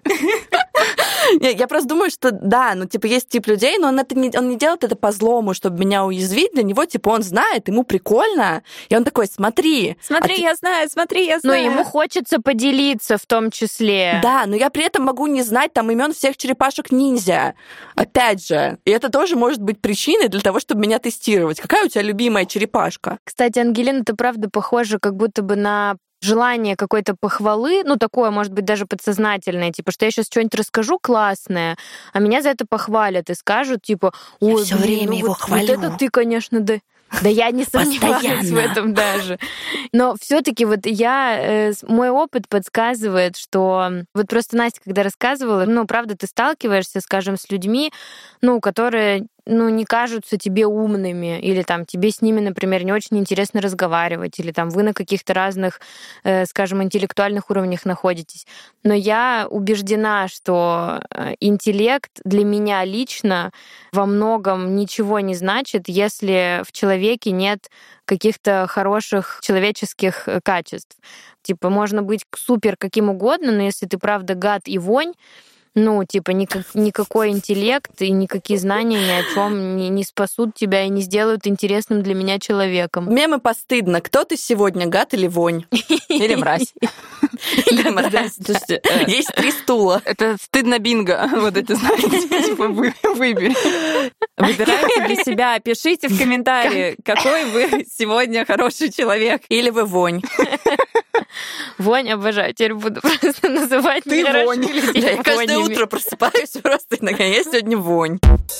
Я просто думаю, что да, есть тип людей, но он не делает это по злому, чтобы меня уязвить. Для него, он знает, ему прикольно. И он такой, смотри. Я знаю. Но ему хочется поделиться в том числе. Да, но я при этом могу не знать имен всех черепашек-ниндзя. Опять же. И это тоже может быть причиной для того, чтобы меня тестировать. Какая у тебя любимая черепашка? Кстати, Ангелина, ты правда похожа как будто бы на желание какой-то похвалы, такое, может быть, даже подсознательное, что я сейчас что-нибудь расскажу классное, а меня за это похвалят и скажут, ой, я все время его хвалю. Вот это ты, конечно, да. Да я не сомневаюсь в этом даже. Но все-таки мой опыт подсказывает, что просто Настя, когда рассказывала, правда, ты сталкиваешься, скажем, с людьми, которые не кажутся тебе умными, или тебе с ними, например, не очень интересно разговаривать, или вы на каких-то разных, скажем, интеллектуальных уровнях находитесь. Но я убеждена, что интеллект для меня лично во многом ничего не значит, если в человеке нет каких-то хороших человеческих качеств. Можно быть супер каким угодно, но если ты правда гад и вонь, никакой интеллект и никакие знания ни о чем не спасут тебя и не сделают интересным для меня человеком. Мемы постыдно. Кто ты сегодня, гад или вонь? Или мразь. Или мразь. Есть 3 стула. Это стыдно бинго. Вот эти, знаете, выбери. Выбирайте для себя. Пишите в комментарии, какой вы сегодня хороший человек. Или вы вонь. Вонь обожаю. Теперь буду просто называть ты вонь. Я каждое утро просыпаюсь просто иногда. Я сегодня вонь.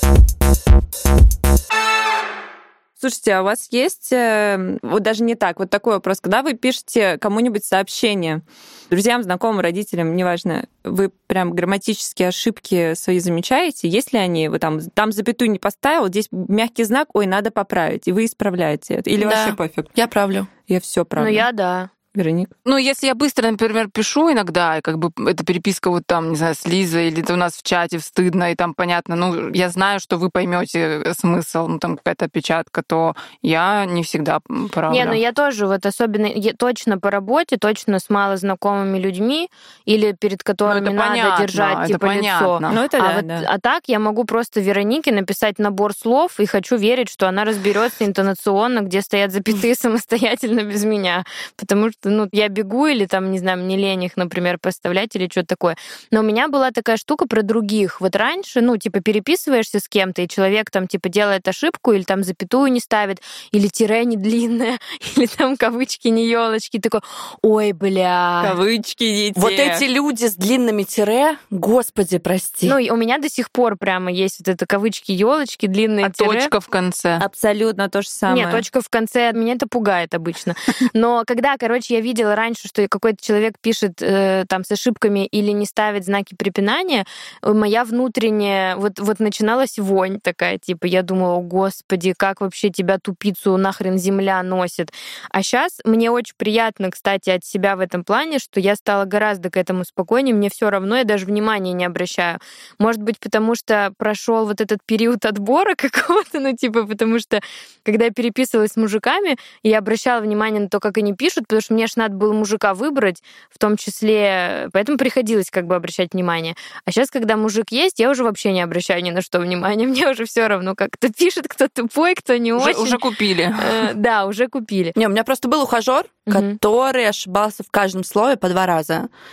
Слушайте, а у вас есть, даже не так, такой вопрос, когда вы пишете кому-нибудь сообщение, друзьям, знакомым, родителям, неважно, вы прям грамматические ошибки свои замечаете? Есть ли они? Вы там запятую не поставил, здесь мягкий знак, надо поправить, и вы исправляете это? Или вообще пофиг? Я правлю. Я все правлю. Я да. Вероник? Если я быстро, например, пишу иногда, и эта переписка не знаю, с Лизой, или это у нас в чате стыдно, и там понятно, я знаю, что вы поймете смысл, там какая-то опечатка, то я не всегда правлю. Я тоже, особенно точно по работе, точно с малознакомыми людьми, или перед которыми надо держать лицо. А так я могу просто Веронике написать набор слов, и хочу верить, что она разберется интонационно, где стоят запятые самостоятельно без меня. Потому что я бегу или не знаю, мне лень их, например, поставлять или что-то такое. Но у меня была такая штука про других. Раньше, переписываешься с кем-то, и человек делает ошибку, или запятую не ставит, или тире не длинное, или кавычки не елочки. Такой, ой, бля. Кавычки не те. Вот эти люди с длинными тире, господи, прости. У меня до сих пор прямо есть это кавычки, елочки, длинные тире. Точка в конце. Абсолютно то же самое. Нет, точка в конце, меня это пугает обычно. Но когда, я видела раньше, что какой-то человек пишет с ошибками или не ставит знаки препинания, моя внутренняя начиналась вонь такая, я думала, о, господи, как вообще тебя, тупицу, нахрен земля носит. А сейчас мне очень приятно, кстати, от себя в этом плане, что я стала гораздо к этому спокойнее, мне все равно, я даже внимания не обращаю. Может быть, потому что прошел этот период отбора какого-то, потому что когда я переписывалась с мужиками, я обращала внимание на то, как они пишут, потому что мне ж надо было мужика выбрать, в том числе, поэтому приходилось обращать внимание. А сейчас, когда мужик есть, я уже вообще не обращаю ни на что внимания. Мне уже все равно, как кто пишет, кто тупой, кто не очень. Уже купили. Да, уже купили. У меня просто был ухажер, который ошибался в каждом слове по 2 раза.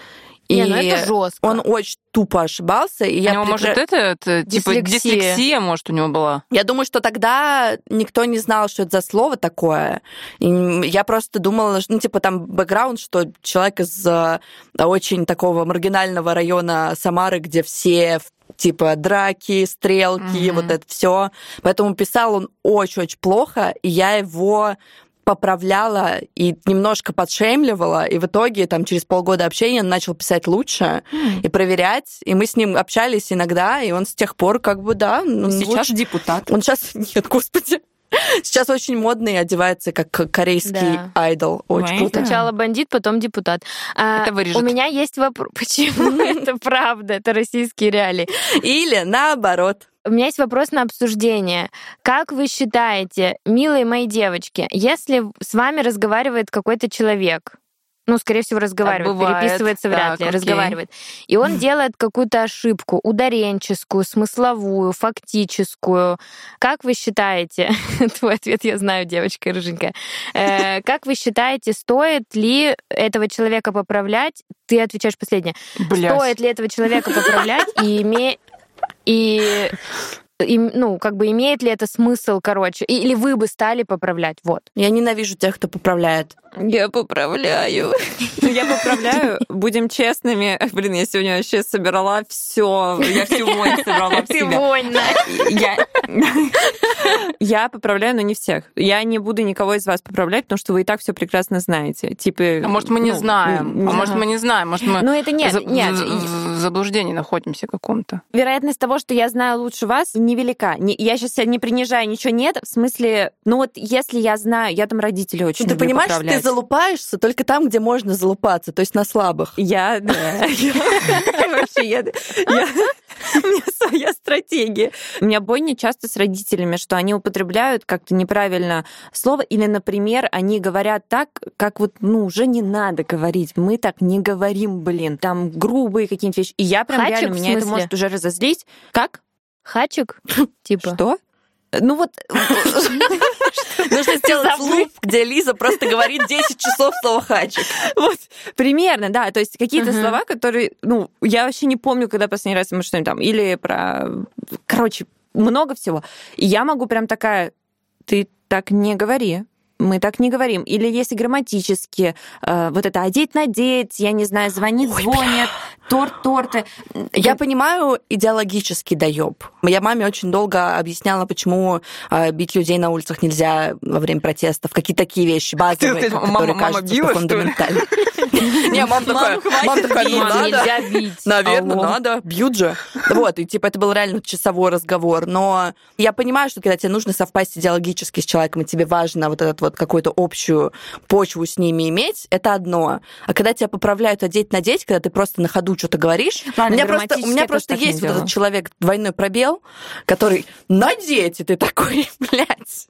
Не, ну это жестко. Он очень тупо ошибался. И у него, может, это типа дислексия, может, у него была? Я думаю, что тогда никто не знал, что это за слово такое. И я просто думала, ну, типа, там бэкграунд, что человек из очень такого маргинального района Самары, где все типа драки, стрелки, вот это все. Поэтому писал он очень-очень плохо, и я его поправляла и немножко подшеймливала, и в итоге там через полгода общения он начал писать лучше и проверять, и мы с ним общались иногда, и он с тех пор как бы, да... Сейчас депутат. Он сейчас... Нет, господи. Сейчас очень модный, одевается как корейский айдол. Очень круто. Сначала бандит, потом депутат. Это вырежет. У меня есть вопрос. Почему это правда? Это российские реалии. Или наоборот. У меня есть вопрос на обсуждение. Как вы считаете, милые мои девочки, если с вами разговаривает какой-то человек, ну, скорее всего, разговаривает, переписывается вряд ли, разговаривает, и он делает какую-то ошибку, ударенческую, смысловую, фактическую. Как вы считаете, твой ответ я знаю, девочка рыженькая, как вы считаете, стоит ли этого человека поправлять? Ты отвечаешь последнее. Стоит ли этого человека поправлять ну, как бы имеет ли это смысл, короче, или вы бы стали поправлять? Вот. Я ненавижу тех, кто поправляет. Я поправляю. Я поправляю. Будем честными. Блин, я сегодня вообще собирала все. Я всю вонь собрала в себя. Ты вонь, Я поправляю, но не всех. Я не буду никого из вас поправлять, потому что вы и так все прекрасно знаете. Типа. А может, мы не знаем. Может, мы не знаем. Может, мы в заблуждении находимся каком-то. Вероятность того, что я знаю лучше вас, невелика. Я сейчас себя не принижаю, ничего нет. В смысле, ну вот если я знаю, я там родителей очень люблю поправлять. Ты понимаешь, ты залупаешься только там, где можно залупаться, то есть на слабых. Вообще, у меня своя стратегия. У меня бойня часто с родителями, что они употребляют как-то неправильно слово, или, например, они говорят так, как вот, ну, уже не надо говорить. Мы так не говорим, блин. Там грубые какие-нибудь вещи. И я прям реально, меня это может уже разозлить. Как? Хачик? Типа. Что? Ну вот... Нужно сделать луп, где Лиза просто говорит 10 часов слово «хачик». Вот, примерно, да. То есть какие-то слова, которые... Ну, я вообще не помню, когда последний раз мы что-нибудь там... Или про... Короче, много всего. И я могу прям такая... Ты так не говори. Мы так не говорим. Или если грамматически, вот это одеть-надеть, я не знаю, звонит, торты. Я понимаю идеологический доеб. Я маме очень долго объясняла, почему бить людей на улицах нельзя во время протестов. Какие-то такие вещи базовые, которые кажутся фундаментальными. Не, мама такая, ну надо. Нельзя бить. Наверное, надо. Бьют же. Вот, и типа это был реально часовой разговор. Но я понимаю, что когда тебе нужно совпасть идеологически с человеком, и тебе важно вот этот вот какую-то общую почву с ними иметь, это одно. А когда тебя поправляют одеть-надеть, когда ты просто на ходу что-то говоришь, ладно, у меня просто есть вот этот человек, двойной пробел, который надеть, и ты такой, блядь.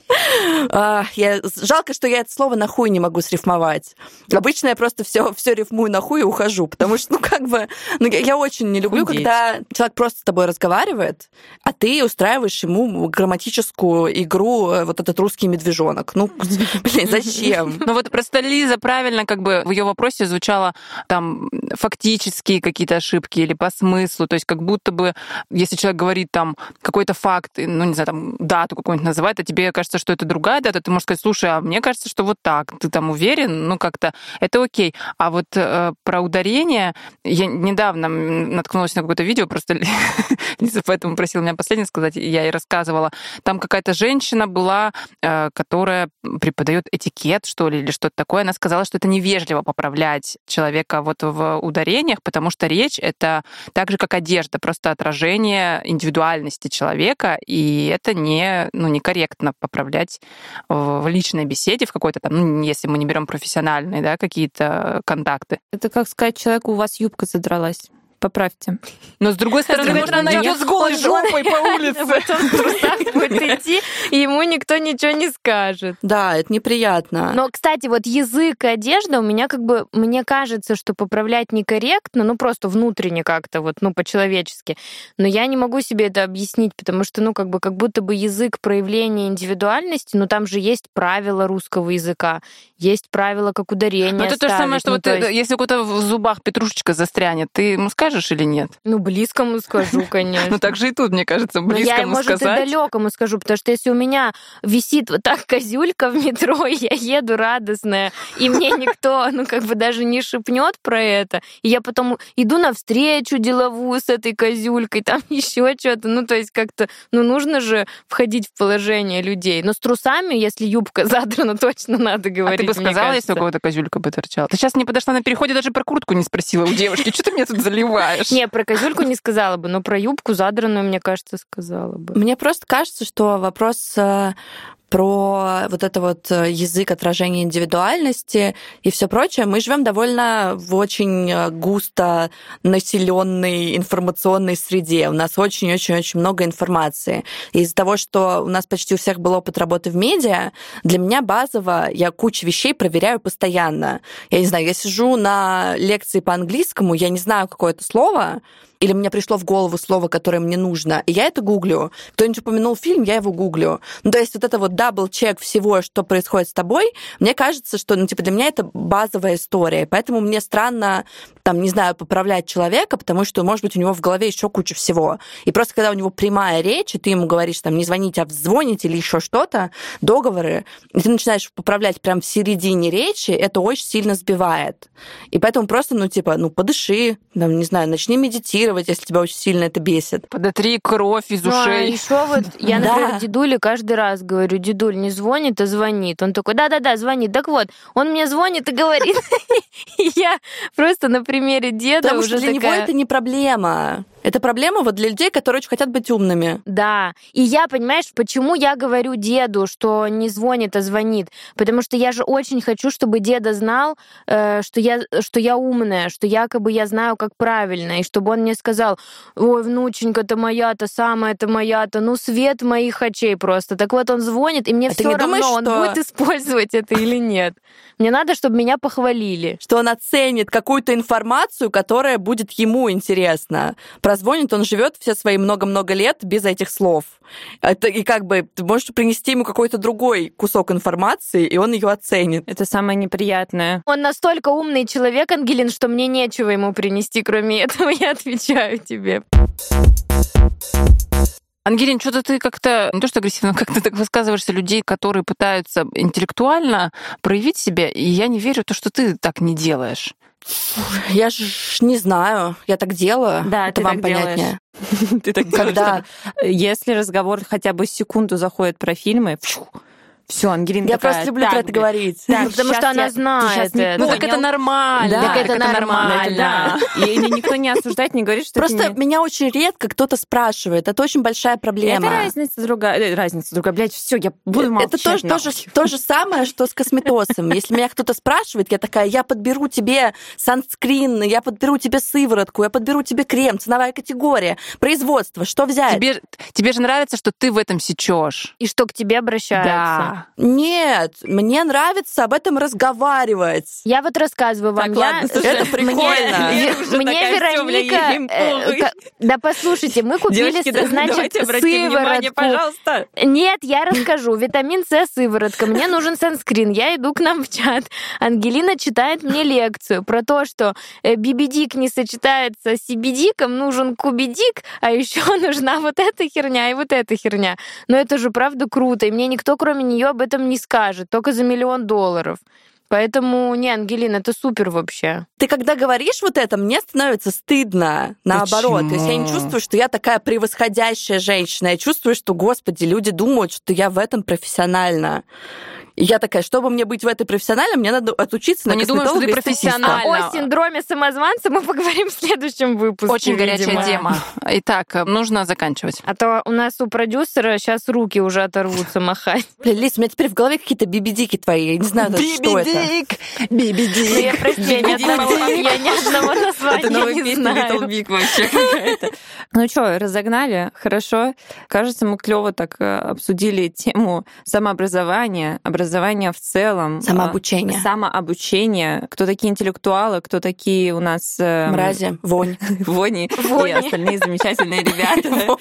Жалко, что я это слово нахуй не могу срифмовать. Обычно я просто все рифмую нахуй и ухожу, потому что, я очень не люблю, когда человек просто с тобой разговаривает, а ты устраиваешь ему грамматическую игру, вот этот русский медвежонок. Ну, блин, зачем? Ну вот просто Лиза правильно как бы в ее вопросе звучало там фактические какие-то ошибки или по смыслу, то есть как будто бы, если человек говорит там какой-то факт, ну, не знаю, там дату какую-нибудь называет, а тебе кажется, что это другая дата, ты можешь сказать, слушай, а мне кажется, что вот так, ты там уверен, ну как-то это окей. А вот про ударение, я недавно наткнулась на какое-то видео, просто Лиза поэтому просила меня последнее сказать, я ей рассказывала, там какая-то женщина была, которая преподает этикет, что ли, или что-то такое, она сказала, что это невежливо поправлять человека вот в ударениях, потому что речь — это так же, как одежда, просто отражение индивидуальности человека, и это некорректно поправлять в личной беседе, в какой-то там, ну, если мы не берем профессиональные, да, какие-то контакты. Это как сказать человеку, у вас юбка задралась. Поправьте. Но с другой стороны, можно она идет с голой жопой по улице. Вот он в трусах будет идти, и ему никто ничего не скажет. Да, это неприятно. Но, кстати, вот язык и одежда у меня мне кажется, что поправлять некорректно, просто внутренне как-то, по-человечески. Но я не могу себе это объяснить, потому что, как будто бы язык проявления индивидуальности, там же есть правила русского языка, есть правила, как ударение ставить. Это то же самое, что если у кого-то в зубах петрушечка застрянет, ты ему скажешь или нет? Близкому скажу, конечно. Так же и тут, мне кажется, близкому я, может, сказать. и далекому скажу, потому что если у меня висит вот так козюлька в метро, я еду радостная, и мне никто, даже не шепнет про это, и я потом иду на встречу деловую с этой козюлькой, там еще что-то, то есть как-то, нужно же входить в положение людей. Но с трусами, если юбка задрана, точно надо говорить. А ты бы сказала, если у кого-то козюлька бы торчала? Ты сейчас не подошла на переходе, даже про куртку не спросила у девушки. Что ты мне тут заливаешь? Не, про козюльку не сказала бы, но про юбку задранную, мне кажется, сказала бы. Мне просто кажется, что вопрос про вот это язык отражения индивидуальности и все прочее, мы живем довольно в очень густо населенной информационной среде. У нас очень-очень-очень много информации. И из-за того, что у нас почти у всех был опыт работы в медиа, для меня базово я кучу вещей проверяю постоянно. Я не знаю, я сижу на лекции по английскому, я не знаю какое-то слово, или мне пришло в голову слово, которое мне нужно, и я это гуглю. Кто-нибудь упомянул фильм, я его гуглю. То есть вот это дабл-чек всего, что происходит с тобой, мне кажется, что, для меня это базовая история. Поэтому мне странно, не знаю, поправлять человека, потому что, может быть, у него в голове еще куча всего. И просто когда у него прямая речь, и ты ему говоришь, не звоните, а звоните или еще что-то, договоры, и ты начинаешь поправлять прямо в середине речи, это очень сильно сбивает. И поэтому просто, подыши, не знаю, начни медитировать, если тебя очень сильно это бесит. Подотри кровь из ушей. Еще я, например, дедуле каждый раз говорю: дедуль не звонит, а звонит. Он такой: да-да-да, звонит. Так вот, он мне звонит и говорит. И я просто на примере деда Потому уже что для него это не проблема. Это проблема для людей, которые очень хотят быть умными. Да. И я, понимаешь, почему я говорю деду, что не звонит, а звонит? Потому что я же очень хочу, чтобы деда знал, что я умная, что якобы я знаю, как правильно, и чтобы он мне сказал: ой, внученька-то моя-то, самая-то моя-то, свет моих очей просто. Так вот, он звонит, и мне все равно, думаешь, он будет использовать это или нет. Мне надо, чтобы меня похвалили. Что он оценит какую-то информацию, которая будет ему интересна. Прозвонит, он живет все свои много-много лет без этих слов. И ты можешь принести ему какой-то другой кусок информации, и он ее оценит. Это самое неприятное. Он настолько умный человек, Ангелин, что мне нечего ему принести, кроме этого, я отвечаю тебе. Ангелин, что-то ты как-то, не то что агрессивно, как-то так высказываешься людей, которые пытаются интеллектуально проявить себя, и я не верю в то, что ты так не делаешь. Я же не знаю, я так делаю. Да, это ты вам так понятнее. Ты так Когда если разговор хотя бы секунду заходит про фильмы, все, Ангелина я такая: просто люблю про это говорить. Потому что она знает это. Так это нормально. Да, так это нормально. И никто не осуждает, не говорит, что просто меня очень редко кто-то спрашивает. Это очень большая проблема. Это разница другая. Блядь, все, я буду молчать. Это то же самое, что с косметосом. Если меня кто-то спрашивает, я такая: я подберу тебе санскрин, я подберу тебе сыворотку, я подберу тебе крем, ценовая категория, производство, что взять? Тебе же нравится, что ты в этом сечешь. И что к тебе обращаются. Да. Нет, мне нравится об этом разговаривать. Я рассказываю вам. Так, ладно, это прикольно. Мне Вероника... Да послушайте, мы купили, значит, сыворотку. Пожалуйста. Нет, я расскажу. Витамин С сыворотка. Мне нужен санскрин. Я иду к нам в чат. Ангелина читает мне лекцию про то, что бибидик не сочетается с сибидиком, нужен кубидик, а еще нужна вот эта херня и вот эта херня. Но это же правда круто, и мне никто, кроме нее, об этом не скажет, только за $1 миллион. Поэтому, не, Ангелина, это супер вообще. Ты когда говоришь вот это, мне становится стыдно, наоборот. Почему? То есть я не чувствую, что я такая превосходящая женщина. Я чувствую, что, господи, люди думают, что я в этом профессиональна. И я такая, чтобы мне быть в этой профессионале, мне надо отучиться на косметолога. Не думаю, что ты профессионально. О синдроме самозванца мы поговорим в следующем выпуске. Очень горячая тема. Итак, нужно заканчивать. А то у нас у продюсера сейчас руки уже оторвутся махать. Блин, Лиз, у меня теперь в голове какие-то бибидики твои. Я не знаю, что это. Бибидик! Я, прости, я ни одного названия Это новая не песня знаю. Little Big вообще какая-то. Ну что, разогнали? Хорошо. Кажется, мы клево так обсудили тему самообразования, образования в целом. Самообучение. Самообучение. Кто такие интеллектуалы, кто такие у нас... Мрази, вонь. Вони и остальные замечательные ребята.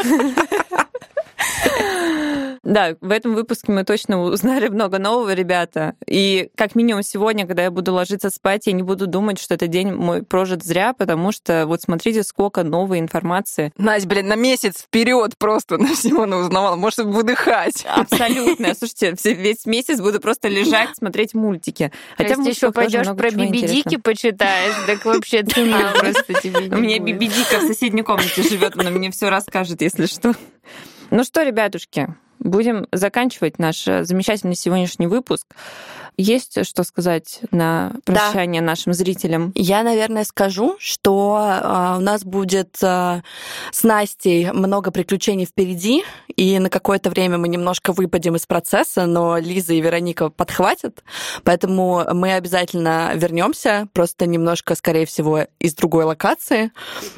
Да, в этом выпуске мы точно узнали много нового, ребята. И как минимум сегодня, когда я буду ложиться спать, я не буду думать, что этот день мой прожит зря, потому что вот смотрите, сколько новой информации. Настя, блин, на месяц вперед просто на всего узнавала. Может, выдыхать. Абсолютно. Слушайте, весь месяц буду просто лежать, смотреть мультики. Хотя ты еще пойдешь про бибидики почитаешь, так вообще цена просто тебе не У меня будет. бибидика в соседней комнате живет, она мне все расскажет, если что. Ну что, ребятушки, будем заканчивать наш замечательный сегодняшний выпуск. Есть что сказать на прощание нашим зрителям? Я, наверное, скажу, что у нас будет с Настей много приключений впереди, и на какое-то время мы немножко выпадем из процесса, но Лиза и Вероника подхватят, поэтому мы обязательно вернемся, просто немножко, скорее всего, из другой локации.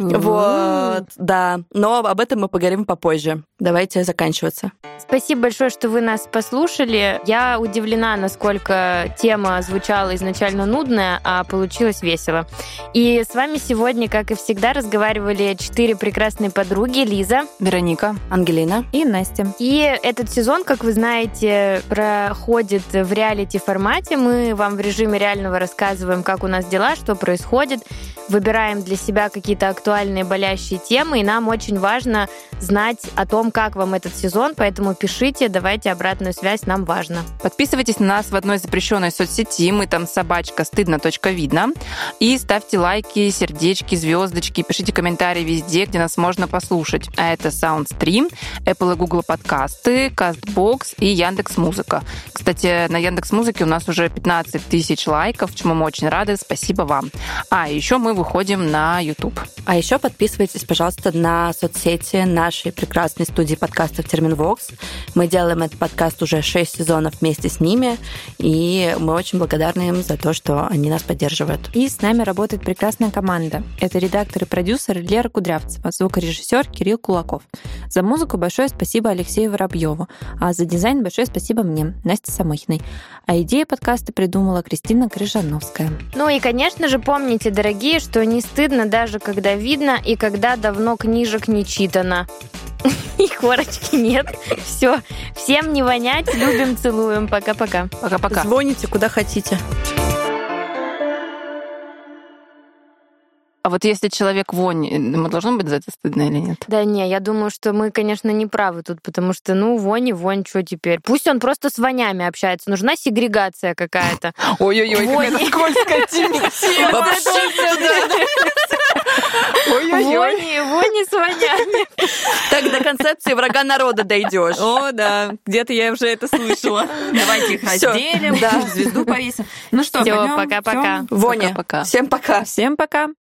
Вот, да. Но об этом мы поговорим попозже. Давайте заканчиваться. Спасибо большое, что вы нас послушали. Я удивлена, насколько тема звучала изначально нудная, а получилось весело. И с вами сегодня, как и всегда, разговаривали 4 прекрасные подруги. Лиза, Вероника, Ангелина и Настя. И этот сезон, как вы знаете, проходит в реалити-формате. Мы вам в режиме реального рассказываем, как у нас дела, что происходит. Выбираем для себя какие-то актуальные, болящие темы. И нам очень важно знать о том, как вам этот сезон. Поэтому пишите, давайте обратную связь, нам важно. подписывайтесь на нас в одной запрещенной соцсети. Мы там _стыдно.видно. И ставьте лайки, сердечки, звездочки. Пишите комментарии везде, где нас можно послушать. А это SoundStream, Apple и Google подкасты, CastBox и Яндекс.Музыка. Кстати, на Яндекс.Музыке у нас уже 15 тысяч лайков, чему мы очень рады. Спасибо вам. А еще мы выходим на YouTube. А еще подписывайтесь, пожалуйста, на соцсети нашей прекрасной студии подкастов Терминвокс. Мы делаем этот подкаст уже 6 сезонов вместе с ними, и мы очень благодарны им за то, что они нас поддерживают. И с нами работает прекрасная команда. Это редактор и продюсер Лера Кудрявцева, звукорежиссер Кирилл Кулаков. За музыку большое спасибо Алексею Воробьеву, а за дизайн большое спасибо мне, Насте Самохиной. А идею подкаста придумала Кристина Крыжановская. Ну и, конечно же, помните, дорогие, что не стыдно даже когда видно и когда давно книжек не читано. И корочки нет. Все. Всем не вонять. Любим, целуем. Пока-пока. Пока-пока. Звоните куда хотите. А вот если человек вонь, ему должно быть за это стыдно или нет? Да не, я думаю, что мы, конечно, не правы тут, потому что, вонь и вонь, что теперь? Пусть он просто с вонями общается. Нужна сегрегация какая-то. Ой-ой-ой, какая скользкая тема. Вони с вонями. Так до концепции врага народа дойдешь. О, да, где-то я уже это слышала. Давайте их разделим, звезду повесим. Ну что, Всё, пока-пока. Воня. Пока-пока. Всем пока. Всем пока.